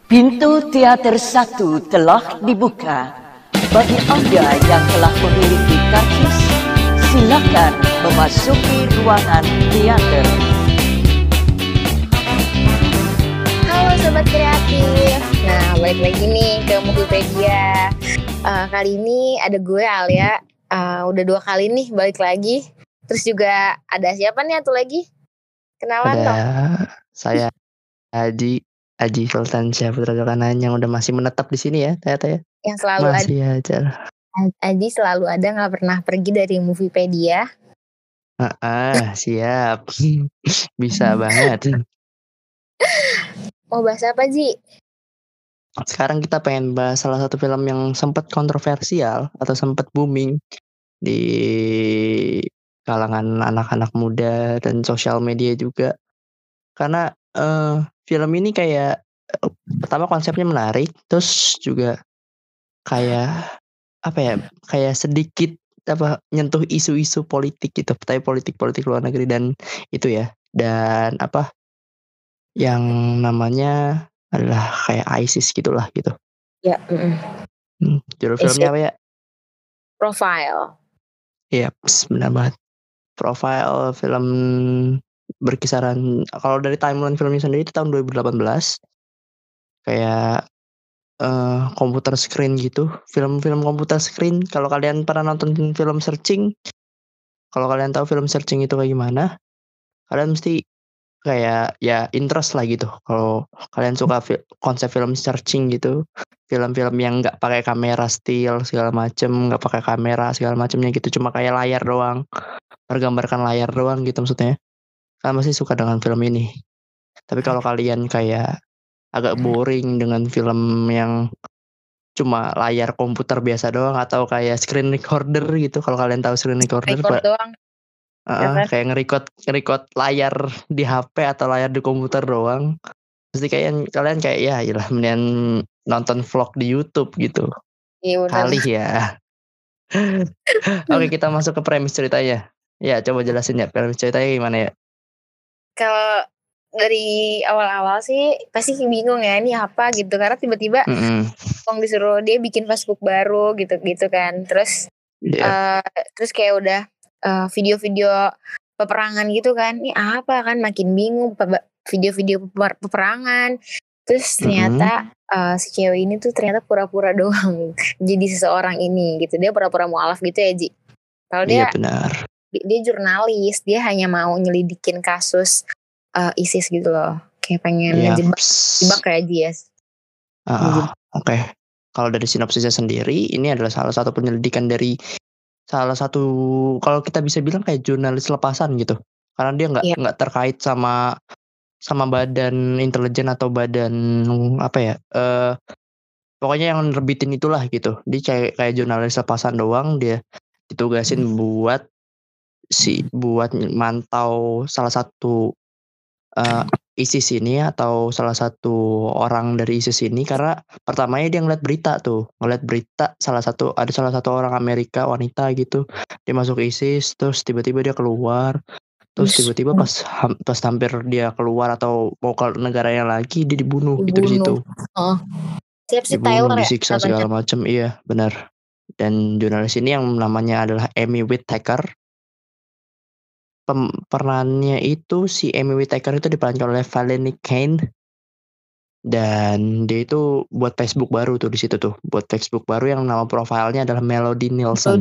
Pintu teater 1 telah dibuka. Bagi Anda yang telah memiliki karcis, silakan memasuki ruangan teater. Halo Sobat Kreatif. Nah, balik lagi nih ke Moviepedia. Kali ini ada gue Alia. Udah 2 kali nih balik lagi. Terus juga ada siapa nih satu lagi? Kenalan Ada dong. saya Aji Sultan Syahputra Zulkarnain yang udah masih menetap di sini ya, ternyata ya. Yang selalu Masih aja. Aji selalu ada, nggak pernah pergi dari Moviepedia. Siap. Bisa banget. Mau bahas apa, Ji? Sekarang kita pengen bahas salah satu film yang sempat kontroversial atau sempat booming di kalangan anak-anak muda dan sosial media juga. Karena film ini kayak pertama konsepnya menarik, terus juga kayak apa ya, kayak sedikit nyentuh isu-isu politik gitu, tapi politik luar negeri dan itu ya, dan yang namanya adalah kayak ISIS gitulah gitu. Ya, Judul filmnya apa ya? Profile. Iya, benar banget. Profile, film berkisaran kalau dari timeline filmnya sendiri itu tahun 2018. Kayak komputer screen gitu, film-film komputer screen. Kalau kalian pernah nonton film Searching, kalau kalian tahu film Searching itu kayak gimana, kalian mesti kayak ya interest lah gitu. Kalau kalian suka konsep film Searching gitu, film-film yang nggak pakai kamera still segala macem, nggak pakai kamera segala macemnya gitu, cuma kayak layar doang, menggambarkan layar doang gitu maksudnya. Kalian pasti suka dengan film ini. Tapi kalau kalian kayak agak boring dengan film yang cuma layar komputer biasa doang atau kayak screen recorder gitu, kalau kalian tahu screen recorder Record doang. Ya kan? kayak nge-record layar di HP atau layar di komputer doang, pasti kalian kayak ya iyalah mendingan nonton vlog di YouTube gitu. Iya benar. Kali ya. Oke, kita masuk ke premis ceritanya. Ya, coba jelasin ya premis ceritanya gimana ya. Kalau dari awal-awal sih pasti bingung ya ini apa gitu, karena tiba-tiba disuruh dia bikin Facebook baru gitu kan, terus terus kayak udah video-video peperangan gitu kan, ini apa kan, makin bingung video-video peperangan. Terus ternyata si cewek ini tuh ternyata pura-pura doang jadi seseorang ini gitu, dia pura-pura mualaf gitu ya Ji. Kalau dia benar. Dia jurnalis, dia hanya mau nyelidikin kasus ISIS gitu loh, kayak pengen ngejebak kayak dia. Oke. Kalau dari sinopsisnya sendiri, ini adalah salah satu penyelidikan dari salah satu, kalau kita bisa bilang kayak jurnalis lepasan gitu, karena dia nggak terkait sama badan intelijen atau badan pokoknya yang nerbitin itulah gitu. Dia kayak jurnalis lepasan doang, dia ditugasin buat mantau salah satu ISIS ini atau salah satu orang dari ISIS ini, karena pertamanya dia ngeliat berita ada salah satu orang Amerika wanita gitu, dia masuk ISIS, terus tiba-tiba dia keluar, terus tiba-tiba pas hampir dia keluar atau mau ke negaranya lagi, dia dibunuh gitu di situ. Siap si Dibunuh, Tyler disiksa segala macam. Iya benar. Dan jurnalis ini yang namanya adalah Amy Whittaker. Perannya itu si Amy Whittaker itu diperankan oleh Valerie Kane, dan dia itu buat Facebook baru tuh di situ tuh, buat Facebook baru yang nama profilnya adalah Melody Nielsen.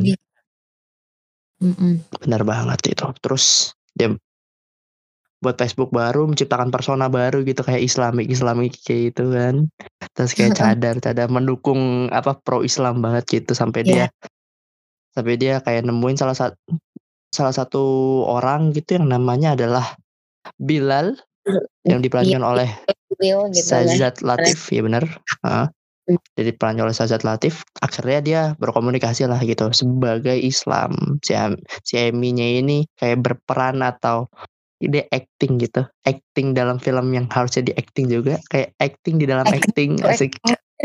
Benar banget itu. Terus dia buat Facebook baru, menciptakan persona baru gitu, kayak Islamik kayak gitu kan. Terus kayak cadar mendukung pro Islam banget gitu, sampai dia kayak nemuin salah satu orang gitu yang namanya adalah Bilal, yang diperankan oleh Shazad Latif, ya benar. Jadi diperankan oleh Shazad Latif. Akhirnya dia berkomunikasi lah gitu sebagai Islam. Si Amy-nya ini kayak berperan atau dia acting gitu, acting dalam film yang harusnya di acting juga, kayak acting di dalam acting, asik.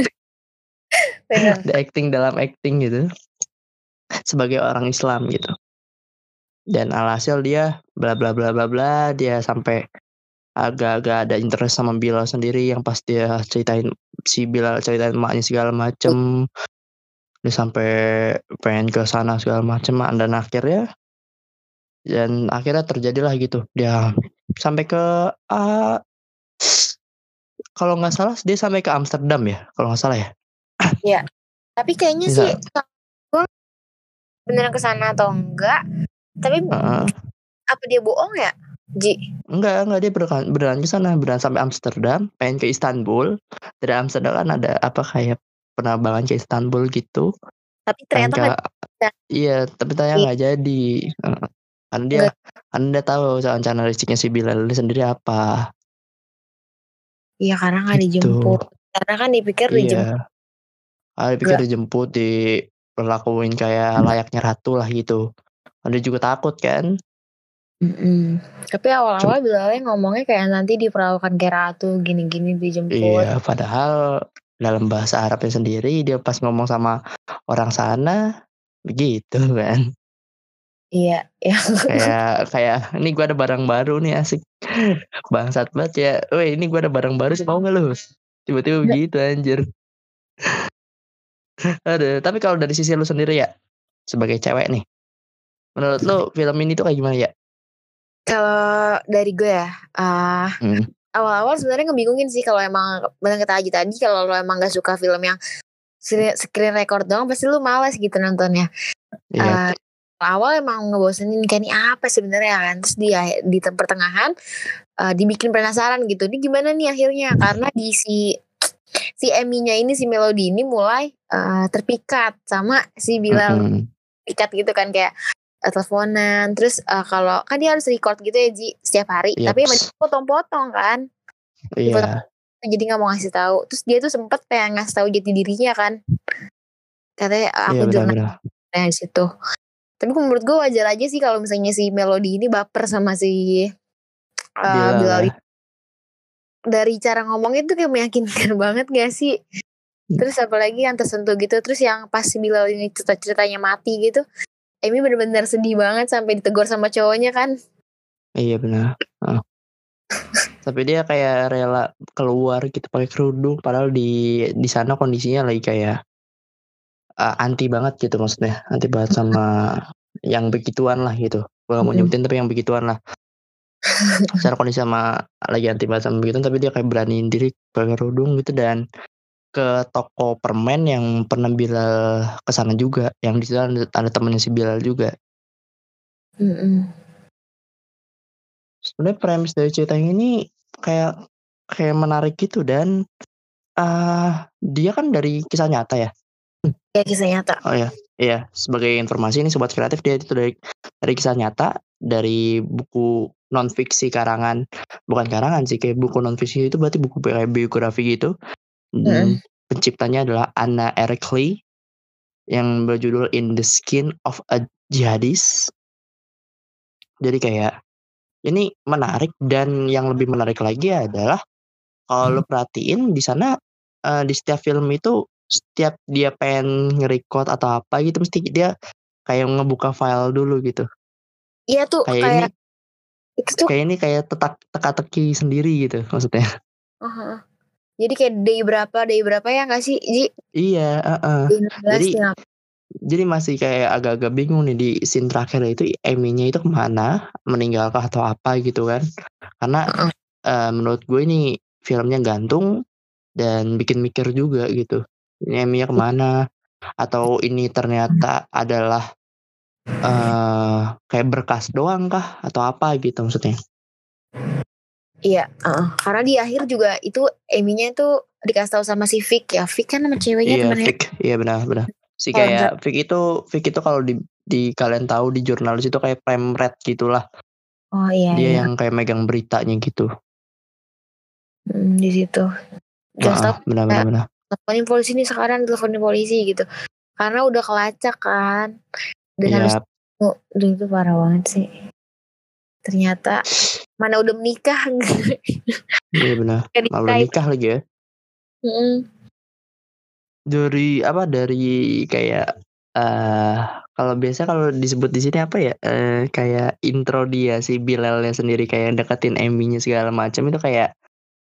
The acting dalam acting gitu, sebagai orang Islam gitu. Dan alhasil dia bla bla bla bla bla, dia sampai agak-agak ada interest sama Bilal sendiri, yang pas dia si Bilal ceritain emaknya segala macem, dia sampai pengen ke sana segala macem, dan akhirnya terjadilah gitu, dia sampai ke kalau nggak salah dia sampai ke Amsterdam ya, kalau nggak salah ya. Iya, tapi kayaknya sih gue beneran kesana atau enggak, tapi apa dia bohong ya, Ji? Enggak, dia beneran ke sana, beneran sampai Amsterdam, pengen ke Istanbul. Dari Amsterdam kan ada kayak penerbangan ke Istanbul gitu. Tapi ternyata iya, tapi ternyata nggak jadi. Karena dia tahu rencana rezekinya si Bilal sendiri apa. Iya, karena nggak dijemput. Karena kan dipikir dijemput. Dipikir dijemput, diperlakuin kayak layaknya ratu lah gitu. Dia juga takut kan. Tapi awal-awal Bilalnya ngomongnya kayak nanti diperlakukan kayak ratu, gini-gini dijemput. Iya, padahal dalam bahasa Arabnya sendiri dia pas ngomong sama orang sana begitu kan. Iya, ya. Kayak ini gue ada barang baru nih, asik. Bangsat banget ya. Woi, ini gue ada barang baru, mau nggak lu? Tiba-tiba begitu anjir. Aduh, tapi kalau dari sisi lu sendiri ya, sebagai cewek nih, menurut lu film ini tuh kayak gimana ya? Kalau dari gue ya, awal-awal sebenarnya ngebingungin sih kalau emang bener kata Aji tadi, kalau lo emang gak suka film yang screen record doang, pasti lu malas gitu nontonnya. Iya. Awal emang ngebosenin, kayak ini apa sebenarnya kan, terus di pertengahan dibikin penasaran gitu, ini gimana nih akhirnya, karena di si Emi-nya ini, si Melody ini mulai terpikat sama si Bilal, pikat gitu kan, kayak teleponan, terus kalau kan dia harus record gitu ya Ji setiap hari, tapi emang potong-potong kan, iya. Jadi nggak mau ngasih tahu. Terus dia tuh sempet pengen ngasih tahu jati dirinya kan, katanya aku jurnal di situ. Tapi menurut gue wajar aja sih kalau misalnya si Melody ini baper sama si Bilal. Dari cara ngomongnya tuh kayak meyakinkan banget gak sih? Terus apalagi yang tersentuh gitu. Terus yang pas si Bilal ini ceritanya mati gitu, Emi bener-bener sedih banget sampai ditegur sama cowoknya kan. Iya benar. Tapi dia kayak rela keluar gitu pakai kerudung, padahal di sana kondisinya lagi kayak anti banget gitu, maksudnya anti banget sama yang begituan lah gitu. Gue gak mau nyebutin tapi yang begituan lah. Secara kondisi sama lagi anti banget sama begituan, tapi dia kayak beraniin diri pakai kerudung gitu, dan ke toko permen yang pernah Bilal kesana juga, yang di sana ada temennya si Bilal juga. Sebenarnya premis dari cerita ini kayak menarik gitu, dan dia kan dari kisah nyata ya. Ya, kisah nyata. Oh ya, iya. Sebagai informasi ini sobat kreatif, dia itu dari kisah nyata, dari buku non fiksi bukan karangan sih, kayak buku non fiksi itu berarti buku biografi gitu. Penciptanya adalah Anna Erikli yang berjudul In the Skin of a Jihadist. Jadi kayak ini menarik, dan yang lebih menarik lagi adalah kalau lo perhatiin di sana di setiap film itu, setiap dia pengen nge-record atau apa gitu, mesti dia kayak ngebuka file dulu gitu. Iya tuh kayak ini kayak teka-teki sendiri gitu maksudnya. Jadi kayak day berapa ya nggak sih Ji? Iya. Jadi masih kayak agak-agak bingung nih di scene terakhir itu, Emi-nya itu kemana, meninggalkah atau apa gitu kan. Karena menurut gue ini filmnya gantung dan bikin mikir juga gitu. Ini Emi-nya kemana, atau ini ternyata adalah kayak berkas doang kah atau apa gitu maksudnya. Iya, karena di akhir juga itu Emi-nya tuh dikasih tahu sama si Vic ya. Vic kan nama ceweknya temennya. Vic, iya benar. Si kayak Vic itu kalau di kalian tahu di jurnalis itu kayak pemret gitulah. Oh iya. Dia yang kayak megang beritanya gitu. Di situ. Benar. Teleponin polisi nih sekarang, teleponin polisi gitu. Karena udah kelacak kan. Dan harus itu parah banget sih. Ternyata mana udah menikah. Iya benar. Udah nikah lagi ya. Dari kayak Kalau biasa kalau disebut di sini apa ya? Kayak intro dia si Bilalnya sendiri kayak deketin Amy-nya segala macam itu kayak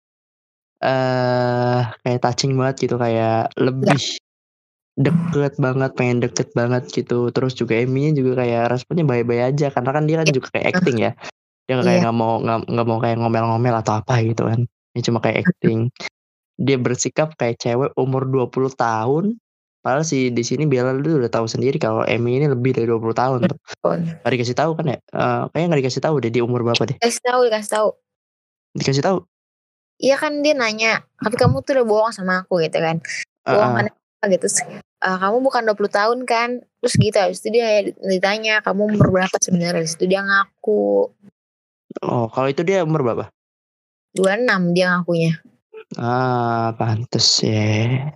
kayak touching banget gitu, kayak Ya, lebih deket banget, pengen deket banget gitu. Terus juga Amy-nya juga kayak responnya bye-bye aja karena kan dia kan ya, juga kayak acting ya. Dia kayak iya. nggak mau kayak ngomel-ngomel atau apa gitu kan. Dia cuma kayak acting. Dia bersikap kayak cewek umur 20 tahun. Padahal si di sini Bella tuh udah tahu sendiri kalau Amy ini lebih dari 20 tahun tuh. Betul. Nggak dikasih tahu kan ya? Kayaknya nggak dikasih tahu deh di umur berapa deh. Kasih tahu. Dikasih tahu. Iya kan dia nanya, tapi kamu tuh udah bohong sama aku gitu kan. Bohong kan Heeh. apa gitu. Kamu bukan 20 tahun kan. Terus gitu, habis itu dia ditanya, kamu umur berapa sebenarnya. Habis itu dia ngaku. Oh, kalau itu dia umur berapa? 26 dia ngakunya. Pantes ya.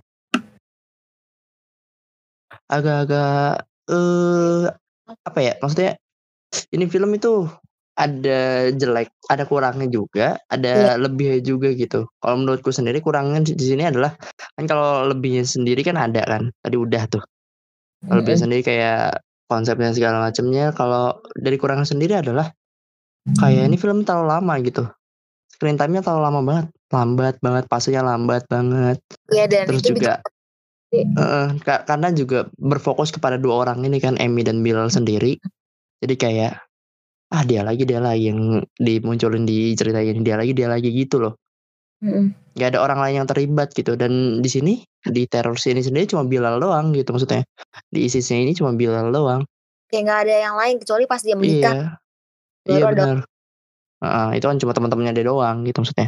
Agak-agak apa ya? Maksudnya ini film itu ada jelek, ada kurangnya juga, Iya. ada lebihnya juga gitu. Kalau menurutku sendiri kurangnya di sini adalah kan kalau lebihnya sendiri kan ada kan. Tadi udah tuh. Kalau lebihnya sendiri kayak konsepnya segala macamnya. Kalau dari kurangnya sendiri adalah kayak ini film terlalu lama gitu. Screen time-nya terlalu lama banget. Lambat banget, pasnya lambat banget. Iya, dan Terus itu juga karena juga berfokus kepada dua orang ini kan, Amy dan Bilal sendiri. Jadi kayak dia lagi yang dimunculin di cerita ini, dia lagi gitu loh. Gak ada orang lain yang terlibat gitu. Dan di sini di teror ini sendiri cuma Bilal doang gitu maksudnya. Di ISIS-nya ini cuma Bilal doang. kayak nggak ada yang lain kecuali pas dia menikah. Iya, iya Baru ada. benar. Itu kan cuma teman-temannya dia doang gitu maksudnya.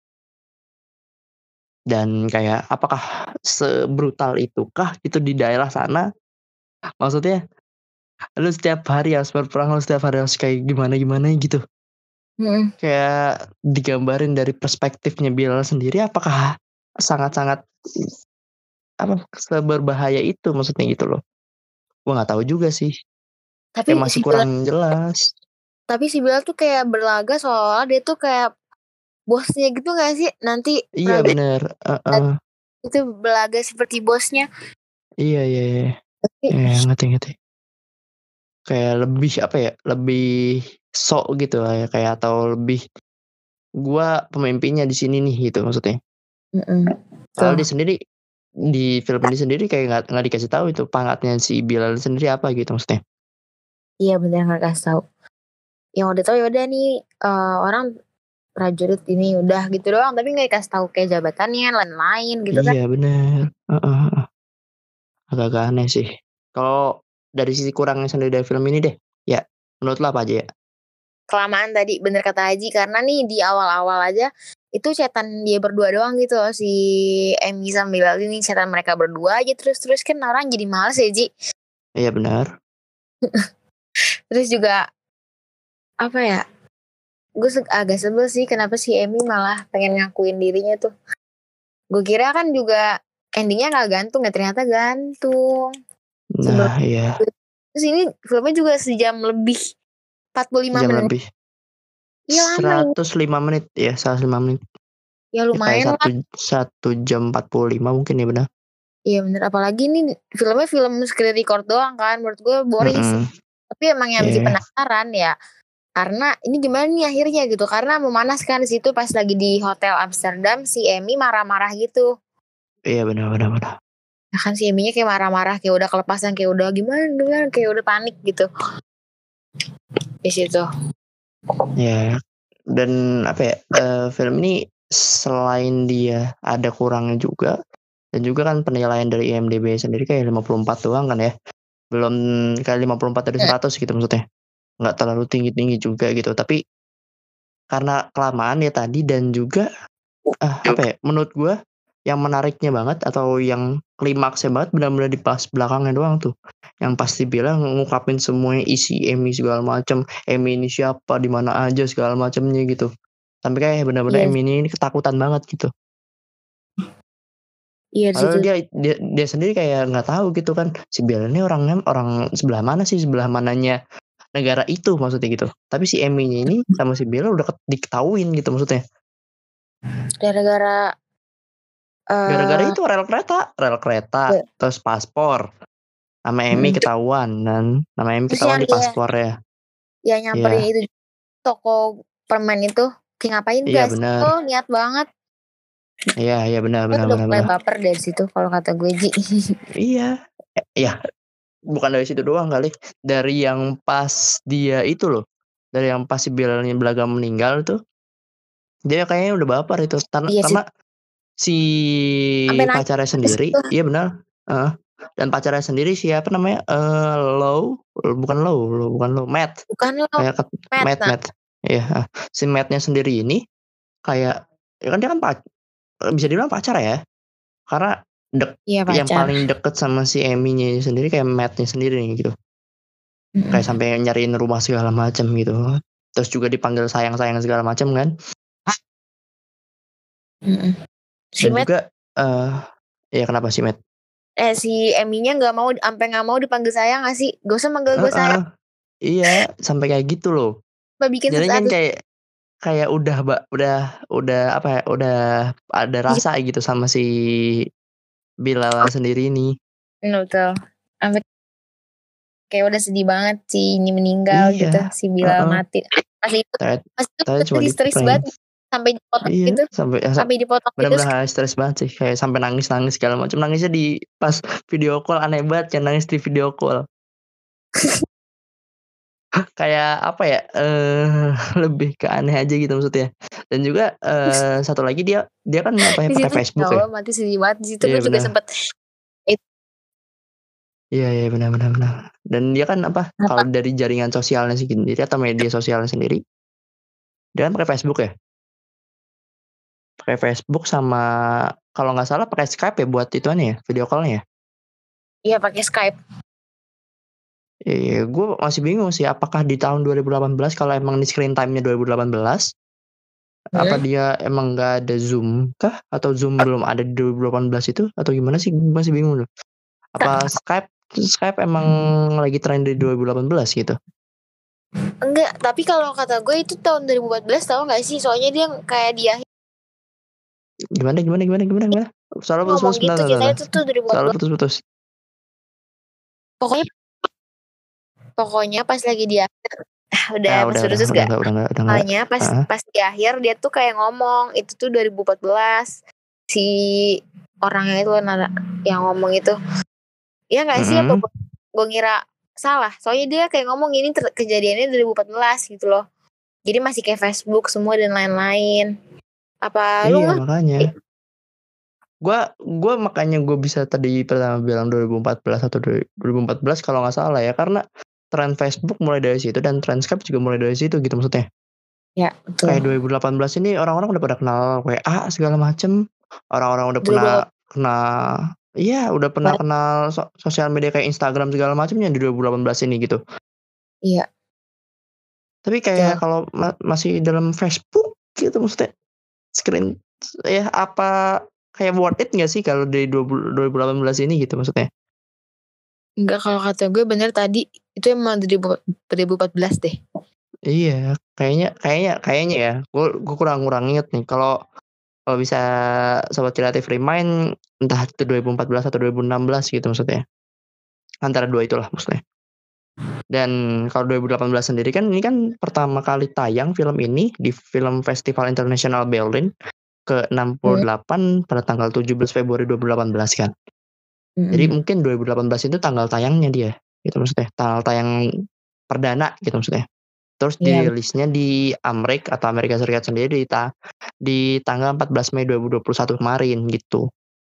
Dan kayak apakah sebrutal itukah itu di daerah sana? Maksudnya lu setiap hari harus berperang, lu setiap hari harus kayak gimana gitu. Kayak digambarin dari perspektifnya Bilal sendiri, apakah sangat-sangat seberbahaya itu maksudnya gitu loh. Gua nggak tahu juga sih. Tapi Kayak masih kurang jelas. si Bilal tuh kayak berlaga seolah dia tuh kayak bosnya gitu gak sih? Nanti Iya bener. itu berlaga seperti bosnya. Iya. Ngerti. Kayak lebih apa ya? Lebih sok gitu lah ya, kayak atau lebih gua pemimpinnya di sini nih gitu maksudnya. Kalau dia sendiri di film ini sendiri kayak nggak dikasih tahu itu pangkatnya si Bilal sendiri apa gitu maksudnya. Iya benar, nggak kasih tahu. Yang udah tahu ya udah nih orang prajurit ini udah gitu doang, tapi nggak dikasih tahu kayak jabatannya lain-lain gitu kan. Iya bener. Agak-agak aneh sih. Kalau dari sisi kurangnya sendiri dari film ini deh, ya menurut lo apa aja ya? Kelamaan tadi, bener kata Haji, karena nih di awal-awal aja itu chatan dia berdua doang gitu loh, si Amy sama Bilal ini chatan mereka berdua aja terus kan orang jadi males ya Ji. Iya benar. Terus juga apa ya, gue agak sebel sih kenapa si Amy malah pengen ngakuin dirinya tuh. Gue kira kan juga endingnya gak gantung ya, ternyata gantung. Nah iya. Terus ini filmnya juga sejam lebih, 45 Jam menit. lebih. Iya lama. 105 menit ya, 105 menit. Ya lumayan kayak 1 jam 45 mungkin ya benar. Iya bener, apalagi nih filmnya film screen record doang kan, menurut gue boring sih. Tapi emang yang bikin penasaran ya, karena ini gimana nih akhirnya gitu, karena memanas kan di situ pas lagi di hotel Amsterdam si Amy marah-marah gitu. Iya benar. Ya kan si Amy-nya kayak marah-marah, kayak udah kelepasan, kayak udah gimana, kayak udah panik gitu. Di situ. Ya, dan apa ya, film ini selain dia ada kurangnya juga, dan juga kan penilaian dari IMDb sendiri kayak 54 doang kan ya. Belum kayak 54 dari 100 gitu maksudnya. Nggak terlalu tinggi-tinggi juga gitu, tapi karena kelamaan ya tadi dan juga apa ya, menurut gua yang menariknya banget atau yang klimaksnya banget benar-benar di pas belakangnya doang tuh. Yang pasti bilang ngungkapin semuanya isi Amy segala macam, Amy ini siapa, di mana aja segala macamnya gitu. Sampai kayak benar-benar Amy ini ketakutan banget gitu. Iya di Padahal situ. dia sendiri kayak nggak tahu gitu kan, si Bella ini orang sebelah mana sih, sebelah mananya negara itu maksudnya gitu. Tapi si Amy-nya ini sama si Bella udah diketahuin gitu maksudnya. Gara-gara Gara-gara itu rel kereta, terus paspor. Nama Emmy ketahuan dan nama Emmy ketahuan di paspor ya. Ya nyamperin itu toko permen itu. Kayak ngapain guys? Bener. Oh niat banget. Iya benar. Udah mulai baper dari situ kalau kata gue Ji. Iya. Bukan dari situ doang kali. Dari yang pas dia itu loh. Dari yang pas si Belaga meninggal tuh. Dia kayaknya udah baper itu karena si pacarnya sendiri. Iya benar. Dan pacarnya sendiri siapa namanya? Bukan Matt. Bukan Low. Kayak Matt. Iya. Si Mattnya sendiri ini kayak ya kan dia kan bisa dibilang pacar ya. Karena yang paling deket sama si Emmy-nya sendiri kayak Matt-nya sendiri nih gitu. Kayak sampai nyariin rumah segala macam gitu. Terus juga dipanggil sayang-sayang segala macam kan. Si dan Matt juga ya kenapa si Matt? Si Emmy-nya nggak mau dipanggil sayang nggak sih? Gak usah manggil gue sayang. Iya sampai kayak gitu loh. Jadi kan kayak udah apa ya? Udah ada rasa gitu sama si Bilal sendiri ini. Betul. Kayak udah sedih banget sih ini meninggal gitu, si Bilal mati. Masih itu histeris banget sampai dipotong gitu. Sampai dipotong gitu. Benar-benar stres banget sih, kayak sampai nangis segala macam. Nangisnya di pas video call aneh banget kan, nangis di video call. Kayak apa ya? Lebih ke aneh aja gitu maksudnya. Dan juga satu lagi dia kan apa ya pakai Facebook ya. Mati sedih banget di situ. Gue juga sempet. Iya benar. Dan dia kan apa? Kalau dari jaringan sosialnya sendiri atau media sosialnya sendiri, dia kan pakai Facebook ya. Pakai Facebook sama kalau nggak salah pakai Skype ya buat ituannya ya, video call-nya ya. Iya pakai Skype. Iya, gue masih bingung sih apakah di tahun 2018 kalau emang di screen time-nya 2018 apa dia emang nggak ada Zoom kah atau Zoom belum ada di 2018 itu atau gimana sih, masih bingung loh. Apa Skype emang lagi tren di 2018 gitu? Enggak, tapi kalau kata gue itu tahun 2014 tau gak sih? Soalnya dia kayak di akhir. Gimana? Soalnya putus-putus gitu, ceritanya itu tuh 2014. Soalnya putus-putus. Pokoknya pas lagi di akhir udah putus gak? Pokoknya pas di akhir dia tuh kayak ngomong itu tuh 2014 si orangnya itu yang ngomong itu. Ya gak sih apa gue ngira salah? Soalnya dia kayak ngomong ini kejadiannya 2014 gitu loh. Jadi masih kayak Facebook semua dan lain-lain. Apa lu nggak? Makanya. Gue makanya gue bisa tadi pertama bilang 2014 atau 2014 kalau nggak salah ya, karena tren Facebook mulai dari situ dan tren Skype juga mulai dari situ gitu maksudnya. Ya betul. Kayak 2018 ini orang-orang udah pada kenal WA segala macem, orang-orang udah pernah kenal sosial media kayak Instagram segala macamnya di 2018 ini gitu. Iya. Tapi kayak kalau masih dalam Facebook gitu maksudnya screen ya apa kayak worth it nggak sih kalau dari 2018 ini gitu maksudnya? Enggak, kalau kata gue bener tadi itu emang 2014 deh. Iya, kayaknya ya. Gue kurang inget nih. Kalau bisa sobat kreatif remind entah itu 2014 atau 2016 gitu maksudnya. Antara dua itulah maksudnya. Dan kalau 2018 sendiri kan ini kan pertama kali tayang film ini di Film Festival Internasional Berlin ke-68 pada tanggal 17 Februari 2018 kan. Jadi mungkin 2018 itu tanggal tayangnya dia gitu maksudnya. Tanggal tayang perdana gitu maksudnya. Terus dirilisnya di Amerika Serikat sendiri di tanggal 14 Mei 2021 kemarin gitu.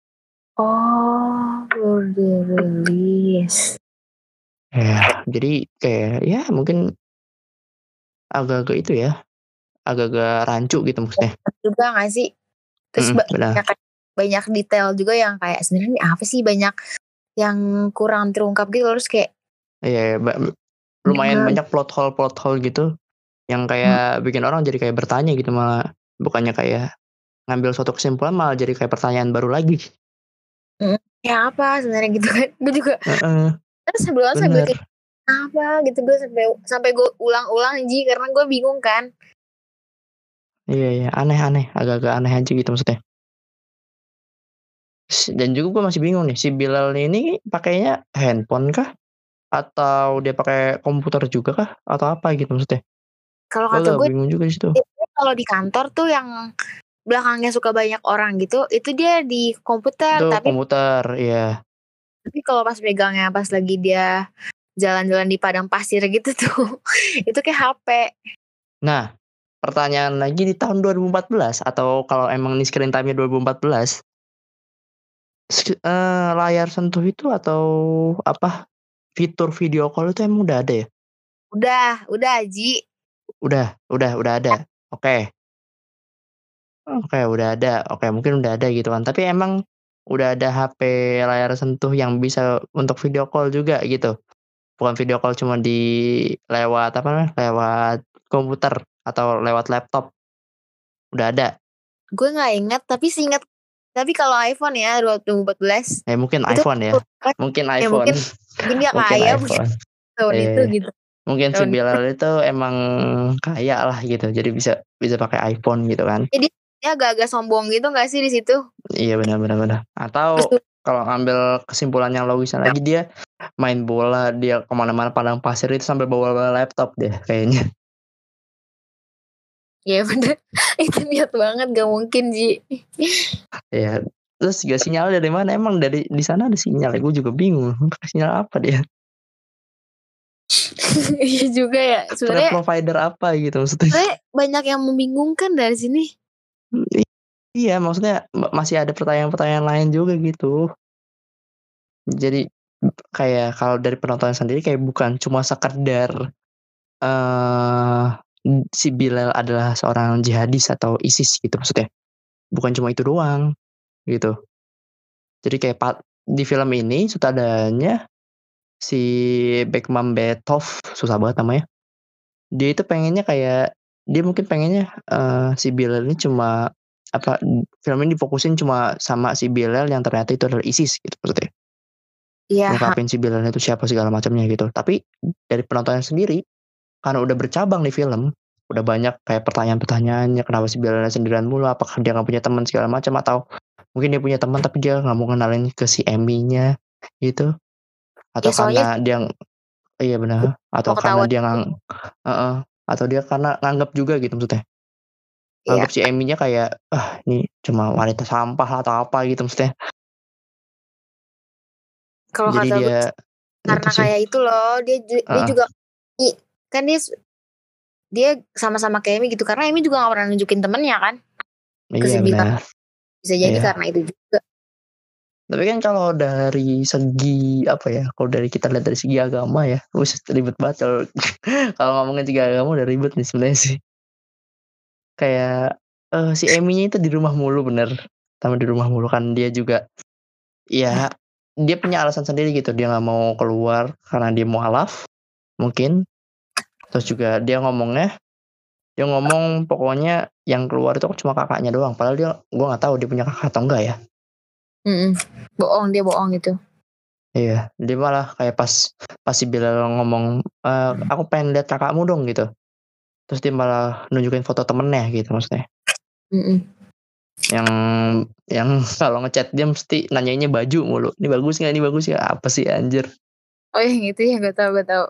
Oh, baru dirilis. Ya, jadi kayak ya mungkin agak-agak itu ya. Agak-agak rancu gitu maksudnya. Juga gak sih? Terus banyak detail juga yang kayak sebenarnya apa sih, banyak yang kurang terungkap gitu. Terus kayak lumayan banyak plot hole gitu yang kayak bikin orang jadi kayak bertanya gitu, malah bukannya kayak ngambil suatu kesimpulan malah jadi kayak pertanyaan baru lagi. Ya apa sebenarnya gitu kan? Gue juga terus sambil kayak apa gitu, gue sampai gue ulang-ulang karena gue bingung kan. Iya aneh agak-agak aneh aja gitu maksudnya. Dan juga gue masih bingung nih, si Bilal ini pakainya handphone kah? Atau dia pakai komputer juga kah? Atau apa gitu maksudnya? Kalau Gue kata agak gue, bingung juga di situ. kalau di kantor tuh yang belakangnya suka banyak orang gitu, itu dia di komputer. Itu Tapi komputer, iya. tapi kalau pas megangnya pas lagi dia jalan-jalan di padang pasir gitu tuh, itu kayak HP. Nah, pertanyaan lagi di tahun 2014 atau kalau emang ini screen time-nya 2014, layar sentuh itu atau apa, fitur video call itu emang udah ada ya? Udah Ji. Udah ada? Oke. Oke, udah ada. Oke, mungkin udah ada gitu kan. Tapi emang udah ada HP layar sentuh yang bisa untuk video call juga gitu? Bukan video call cuma lewat apa namanya, lewat komputer atau lewat laptop, udah ada? Gue nggak ingat, tapi seingat. Tapi kalau iPhone ya 2014 Mungkin itu iPhone ya, mungkin ya iPhone, mungkin dia mungkin kaya iPhone. tahun itu gitu. Mungkin si Tahun itu. Bilal itu emang kaya lah gitu, jadi bisa bisa pakai iPhone gitu kan. Jadi dia agak-agak sombong gitu nggak sih di situ? Iya, benar. Terus Atau tuh, kalau ngambil kesimpulan yang logisnya lagi, dia main bola, dia kemana mana padang pasir itu sambil bawa laptop deh kayaknya. ya bener. Itu niat banget, gak mungkin Ji. Iya, terus juga sinyal dari mana? Emang dari di sana ada sinyal ya? Gue juga bingung, sinyal apa dia? Iya juga ya. Pakai Sebenarnya provider apa gitu maksudnya? banyak yang membingungkan dari sini. Iya, maksudnya masih ada pertanyaan-pertanyaan lain juga gitu. Jadi kayak kalau dari penonton sendiri kayak bukan cuma sekedar eee, si Bilal adalah seorang jihadis atau ISIS gitu maksudnya. Bukan cuma itu doang, gitu. Jadi kayak di film ini sutradaranya si Bekmambetov, susah banget namanya. Dia itu pengennya kayak dia mungkin pengennya, si Bilal ini cuma apa, film ini difokusin cuma sama si Bilal yang ternyata itu adalah ISIS gitu maksudnya. Iya. Ngungkapin si Bilal itu siapa segala macamnya gitu. Tapi dari penontonnya sendiri, karena udah bercabang nih film, udah banyak kayak pertanyaan-pertanyaannya, kenapa si Bilal sendirian mulu, apakah dia nggak punya teman segala macam, atau mungkin dia punya teman tapi dia nggak mau kenalin ke si Emmy-nya gitu, atau Ya soalnya karena dia iya benar, atau mau karena ketahuan. dia heeh, atau dia karena nganggap juga gitu maksudnya. Iya. Nganggap si Emmy-nya kayak, "Ah, ini cuma wanita sampah lah," atau apa gitu maksudnya. Kalau Jadi kata gue dia itu karena sih, kayak itu loh, dia heeh, juga kan dia sama-sama kayak Emi gitu, karena Emi juga gak pernah nunjukin temennya kan ke iya si Bima. benar, Bisa jadi iya. karena itu juga. Tapi kan kalau dari segi apa ya, kalau dari kita lihat dari segi agama ya, buset ribet banget kalau kalau ngomongin segi agama udah ribet nih sebenarnya sih. Kayak, si Emmy-nya itu di rumah mulu bener, pertama di rumah mulu kan dia juga ya dia punya alasan sendiri gitu, dia nggak mau keluar karena dia mualaf mungkin, terus juga dia ngomong pokoknya yang keluar itu cuma kakaknya doang, padahal gua nggak tahu dia punya kakak atau enggak ya. Dia bohong gitu. Iya, dia malah kayak pas pas si Bilal ngomong, "Aku pengen lihat kakakmu dong," gitu. Terus dia malah nunjukin foto temennya gitu maksudnya. Mm-mm. Yang yang kalau ngechat dia mesti nanyainnya baju mulu, "Ini bagus nggak ini bagus nggak?" Apa sih anjir, Oh yang itu ya, gue tahu.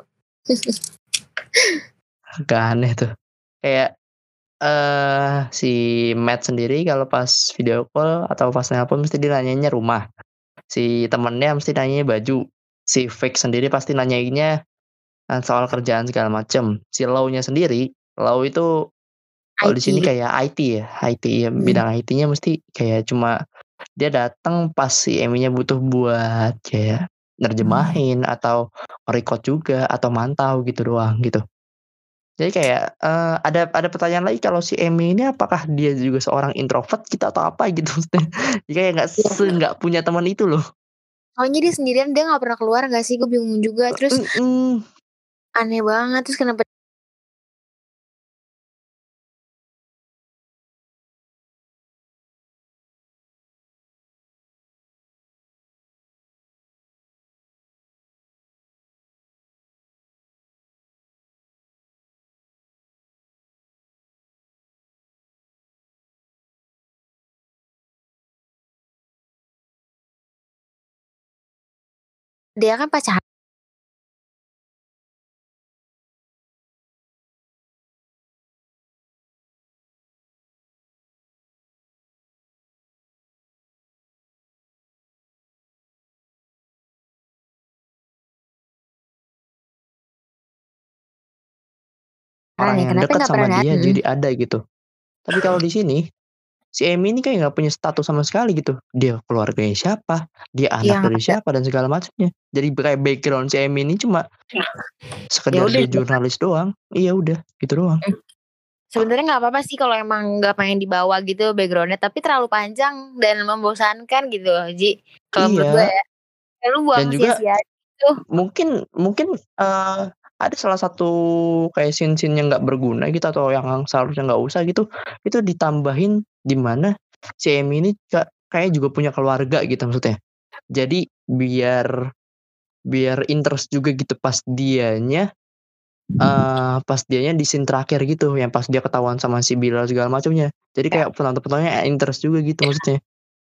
agak aneh tuh. Kayak, si Matt sendiri kalau pas video call atau pas nelpon mesti dia nanyainnya rumah, si temennya mesti nanyanya baju, si Fake sendiri pasti nanyainnya, soal kerjaan segala macem. Si Lau-nya sendiri, Lau itu kalau di sini IT. kayak IT ya, IT ya, Mm. bidang IT-nya mesti kayak cuma dia datang pas si Emmy-nya butuh buat kayak nerjemahin atau nge-record juga atau mantau gitu doang gitu. Jadi kayak, ada pertanyaan lagi kalau si Emmy ini apakah dia juga seorang introvert gitu atau apa gitu maksudnya. Dia kayak Iya. nggak punya teman itu loh. Soalnya dia sendirian, dia gak pernah keluar gak sih? Gue bingung juga. Terus Mhm. aneh banget. Terus kenapa Dia kan pacaran. Orang yang Kenapa dekat nggak pernah sama dia datang? jadi ada gitu. Tapi kalau di sini si Emi ini kayak nggak punya status sama sekali gitu. Dia keluarganya siapa, dia Iya anak nggak dari ada. siapa dan segala macamnya. Jadi kayak background si Emi ini cuma Ya sekedar udah. dia jurnalis doang. Iya udah, gitu doang. Sebenarnya nggak apa-apa sih kalau emang nggak pengen dibawa gitu backgroundnya, tapi terlalu panjang dan membosankan gitu, Ji. Kalau menurut gue Iya. ya, lu Dan buang juga sia-sia gitu. mungkin ada salah satu kayak scene-scene yang nggak berguna gitu atau yang seharusnya nggak usah gitu, itu ditambahin di mana si Emi ini kayak juga punya keluarga gitu maksudnya. Jadi biar interest juga gitu pas dianya di scene terakhir gitu, yang pas dia ketahuan sama si Bilal segala macamnya. Jadi Ya, kayak penontonnya interest juga gitu maksudnya.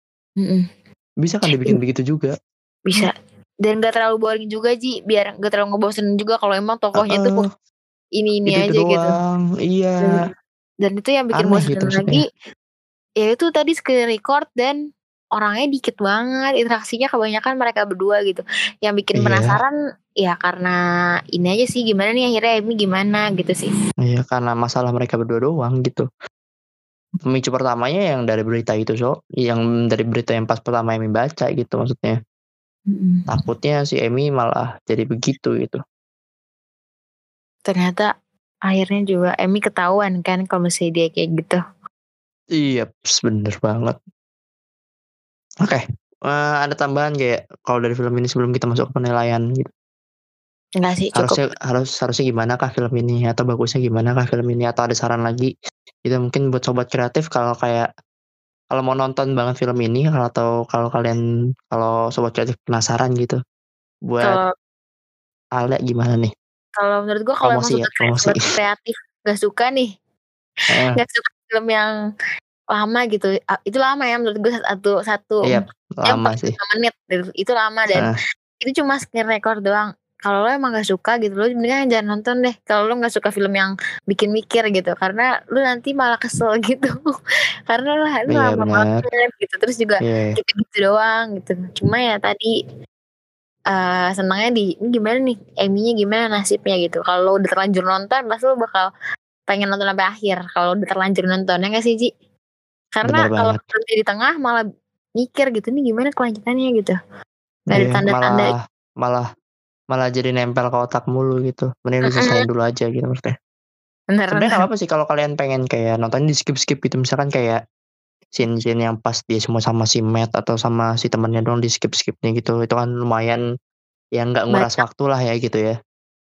Bisa kan dibikin begitu juga? bisa. Dan gak terlalu boring juga, Ji. Biar gak terlalu ngebosenin juga kalau emang tokohnya tuh ini Itu aja gitu. doang, iya. Dan itu yang bikin Aneh gitu bosenin maksudnya. lagi, ya itu tadi screen record dan orangnya dikit banget, interaksinya kebanyakan mereka berdua gitu. Yang bikin Iya. penasaran ya karena ini aja sih, gimana nih akhirnya Emi gimana gitu sih. Iya, karena masalah mereka berdua doang gitu. Pemicu pertamanya yang dari berita itu, yang dari berita yang pas pertama Emi baca gitu maksudnya. Takutnya si Emi malah jadi begitu gitu. Ternyata akhirnya juga Emi ketahuan kan kalau misalnya dia kayak gitu. Iya, bener banget. Oke, ada tambahan kayak kalau dari film ini sebelum kita masuk ke penilaian gitu? Enggak sih, cukup. Harusnya gimana kah film ini, atau bagusnya gimana kah film ini, atau ada saran lagi gitu mungkin buat sobat kreatif kalau mau nonton banget film ini, atau kalau sobat kreatif penasaran gitu buat Kalau gimana nih? kalau menurut gue kalau emang Promosi ya, promosi. sobat kreatif gak suka nih, Heeh. gak suka film yang lama gitu, itu lama ya menurut gue satu Iya, jam lama sih. 45 menit gitu, itu lama dan Heeh. itu cuma screen record doang. Kalau lo emang gak suka gitu, lo mendingan jangan nonton deh. Kalau lo gak suka film yang bikin mikir gitu, karena lo nanti malah kesel gitu. Karena lo Iya lama benar. banget gitu. Terus juga Iya. gitu-gitu doang gitu. Cuma ya tadi senangnya ini gimana nih, Eminya gimana nasibnya gitu. Kalau lo udah terlanjur nonton, pasti lo bakal pengen nonton sampai akhir. Kalau udah terlanjur nonton, ya gak sih, Ji? Benar Karena kalau banget. berhenti di tengah malah mikir gitu, nih gimana kelanjutannya gitu. Gak ada Iya, tanda-tanda. malah jadi nempel ke otak mulu gitu. Mending diselesain dulu aja gitu maksudnya. Sebenarnya nggak Bener. apa-apa sih kalau kalian pengen kayak nonton di skip-skip gitu, misalkan kayak scene-scene yang pas dia semua sama si Matt atau sama si temannya doang di skip-skipnya gitu. Itu kan lumayan ya nggak nguras Banyak, waktu lah ya gitu ya.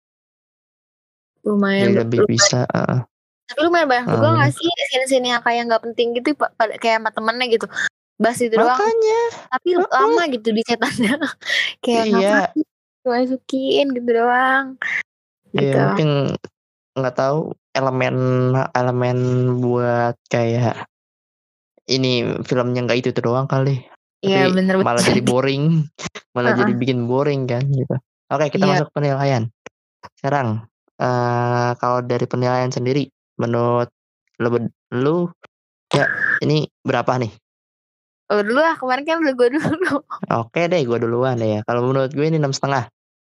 lumayan Jadi lebih bisa tapi lumayan banyak juga bener. gak sih scene-scene yang kayak gak penting gitu, kayak sama temennya gitu, bahas itu doang, Makanya tapi lama gitu di setannya. Kayak iya. ngapain masukin gitu doang Iya gitu. mungkin nggak tahu elemen elemen buat kayak ini filmnya nggak itu doang kali. Iya Tapi bener malah jadi boring, malah jadi Heeh. bikin boring kan gitu. Oke, kita Iya. masuk penilaian. Sekarang kalau dari penilaian sendiri menurut lu ya ini berapa nih? Dulu lah, kemarin kan udah gue dulu. Oke deh, gue duluan deh ya. Kalau menurut gue ini 6,5.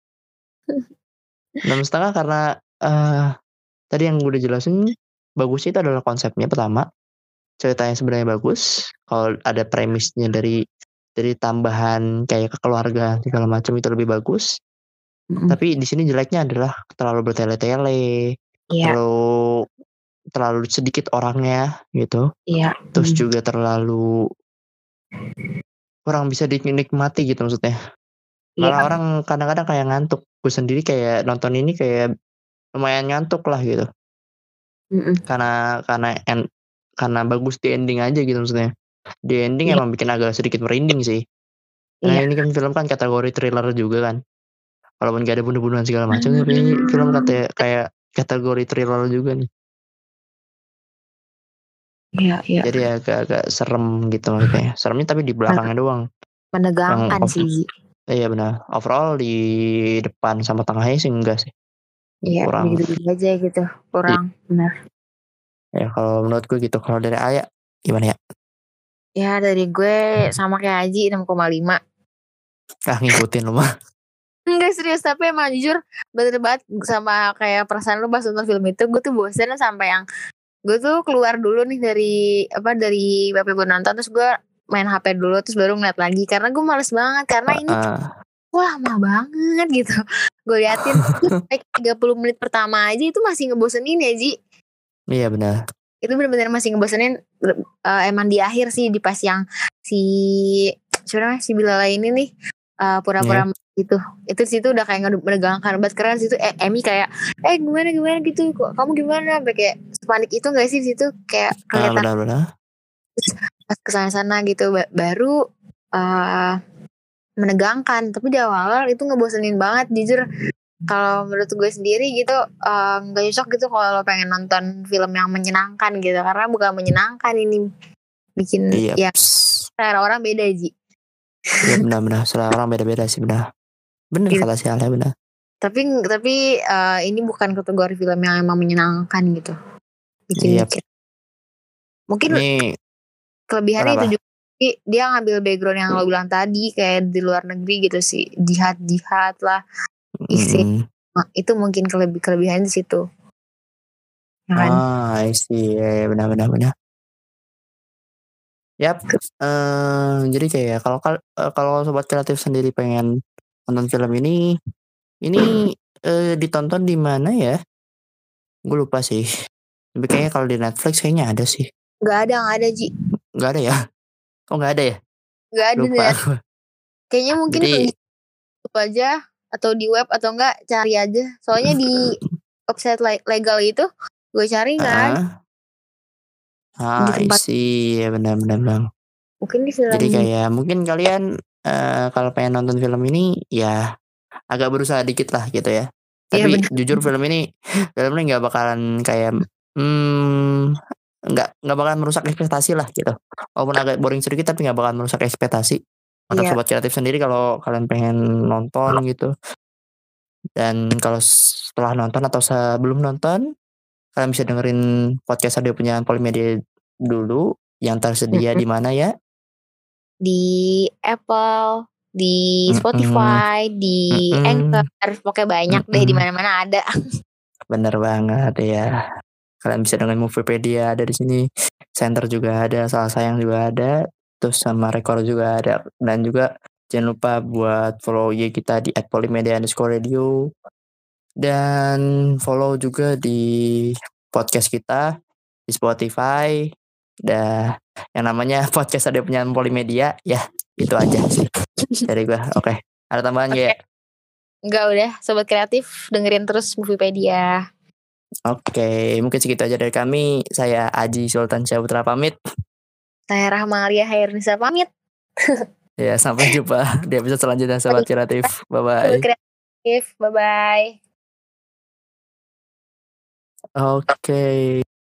6,5 karena tadi yang gue udah jelasin bagusnya itu adalah konsepnya pertama, ceritanya sebenarnya bagus. Kalau ada premisnya dari tambahan kayak kekeluargaan segala macam itu lebih bagus. Tapi di sini jeleknya adalah terlalu bertele-tele, Iya. terlalu sedikit orangnya gitu. Iya. Terus juga terlalu kurang bisa dinikmati gitu maksudnya. Malah Iya. orang kadang-kadang kayak ngantuk. Gue sendiri kayak nonton ini kayak lumayan ngantuk lah gitu. Karena bagus di ending aja gitu maksudnya. Di ending Iya. emang bikin agak sedikit merinding sih. Karena Iya. ini kan film kan kategori thriller juga kan. Walaupun gak ada bunuh-bunuhan segala macam, tapi ini film kayak kategori thriller juga nih. Iya. Jadi agak-agak serem gitu maksudnya. Seremnya tapi di belakangnya doang. Menegangkan Yang sih. Iya benar. Overall di depan sama tengahnya sih enggak sih. Iya, Kurang. gitu aja gitu. Kurang, benar. Ya kalau menurut gue gitu. Kalau dari Aya gimana ya? Ya dari gue sama kayak Aji 6,5. Ngikutin lu mah. Enggak serius, tapi emang jujur bener banget sama kayak perasaan lu pas nonton film itu. Gue tuh bosen sampai yang gue tuh keluar dulu nih dari WP gue nonton, terus gue main HP dulu, terus baru ngeliat lagi karena gue males banget karena ini wah lama banget gitu. Gue liatin kayak 30 menit pertama aja itu masih ngebosenin ya Ji. Iya benar. Itu benar-benar masih ngebosenin. Emang di akhir sih, di pas yang si si Bilala ini nih pura-pura gitu. Itu situ udah kayak menegangkan banget karena situ Emi kayak gimana gitu, kok kamu gimana, sampai kayak sepanik itu nggak sih situ, kayak kelihatan benar. pas kesana-sana gitu baru menegangkan, tapi di awal itu ngebosenin banget jujur. Kalau menurut gue sendiri gitu nggak cocok gitu kalau lo pengen nonton film yang menyenangkan gitu, karena bukan menyenangkan ini, bikin ya selera orang beda Ji. Ya benar-benar selera orang beda-beda sih, benar kata si Ale, benar. Tapi ini bukan kategori film yang emang menyenangkan gitu, bikin mikir. Mungkin ini kelebihannya itu juga dia ngambil background yang lo bilang tadi, kayak di luar negeri gitu sih, jihad lah isi. Itu mungkin kelebihan di situ. I see. Ya, benar. Yap. Jadi kayak kalau sobat kreatif sendiri pengen nonton film ini ditonton di mana ya? Gue lupa sih. Tapi kayaknya kalau di Netflix kayaknya ada sih. Nggak ada Ji. Nggak ada ya? Oh nggak ada ya? Nggak ada. Lupa. Kayaknya mungkin di YouTube aja atau di web, atau enggak cari aja. Soalnya di website legal itu gue cari nggak ada. Di tempat. Ya benar bang. Mungkin di film. Jadi kayak mungkin kalian kalau pengen nonton film ini ya agak berusaha dikit lah gitu ya. Tapi jujur film ini nggak bakalan kayak nggak bakalan merusak ekspektasi lah gitu. Walaupun agak boring sedikit tapi nggak bakalan merusak ekspektasi. Untuk sobat kreatif sendiri kalau kalian pengen nonton gitu. Dan kalau setelah nonton atau sebelum nonton, kalian bisa dengerin podcast Radio Penyiaran Polimedia dulu yang tersedia di mana ya? Di Apple, di Spotify, di Anchor, pokoknya banyak deh, di mana-mana ada. Bener banget ya. Kalian bisa dengan Moviepedia ada di sini, Center juga ada, Salah Sayang juga ada, terus sama Rekor juga ada, dan juga jangan lupa buat follow IG kita di @polimedia_radio dan follow juga di podcast kita di Spotify. Yang namanya podcast ada penyiaran Polimedia ya, itu aja sih dari gue. Oke. Ada tambahan gak ya? Enggak, udah sobat kreatif dengerin terus Moviepedia. Oke, mungkin segitu aja dari kami. Saya Aji Sultan Syahputra pamit. Saya Rahma Alia Hairnisa pamit. Ya, sampai jumpa di episode selanjutnya sobat kreatif. Bye-bye. Sobat kreatif, bye-bye. Oke.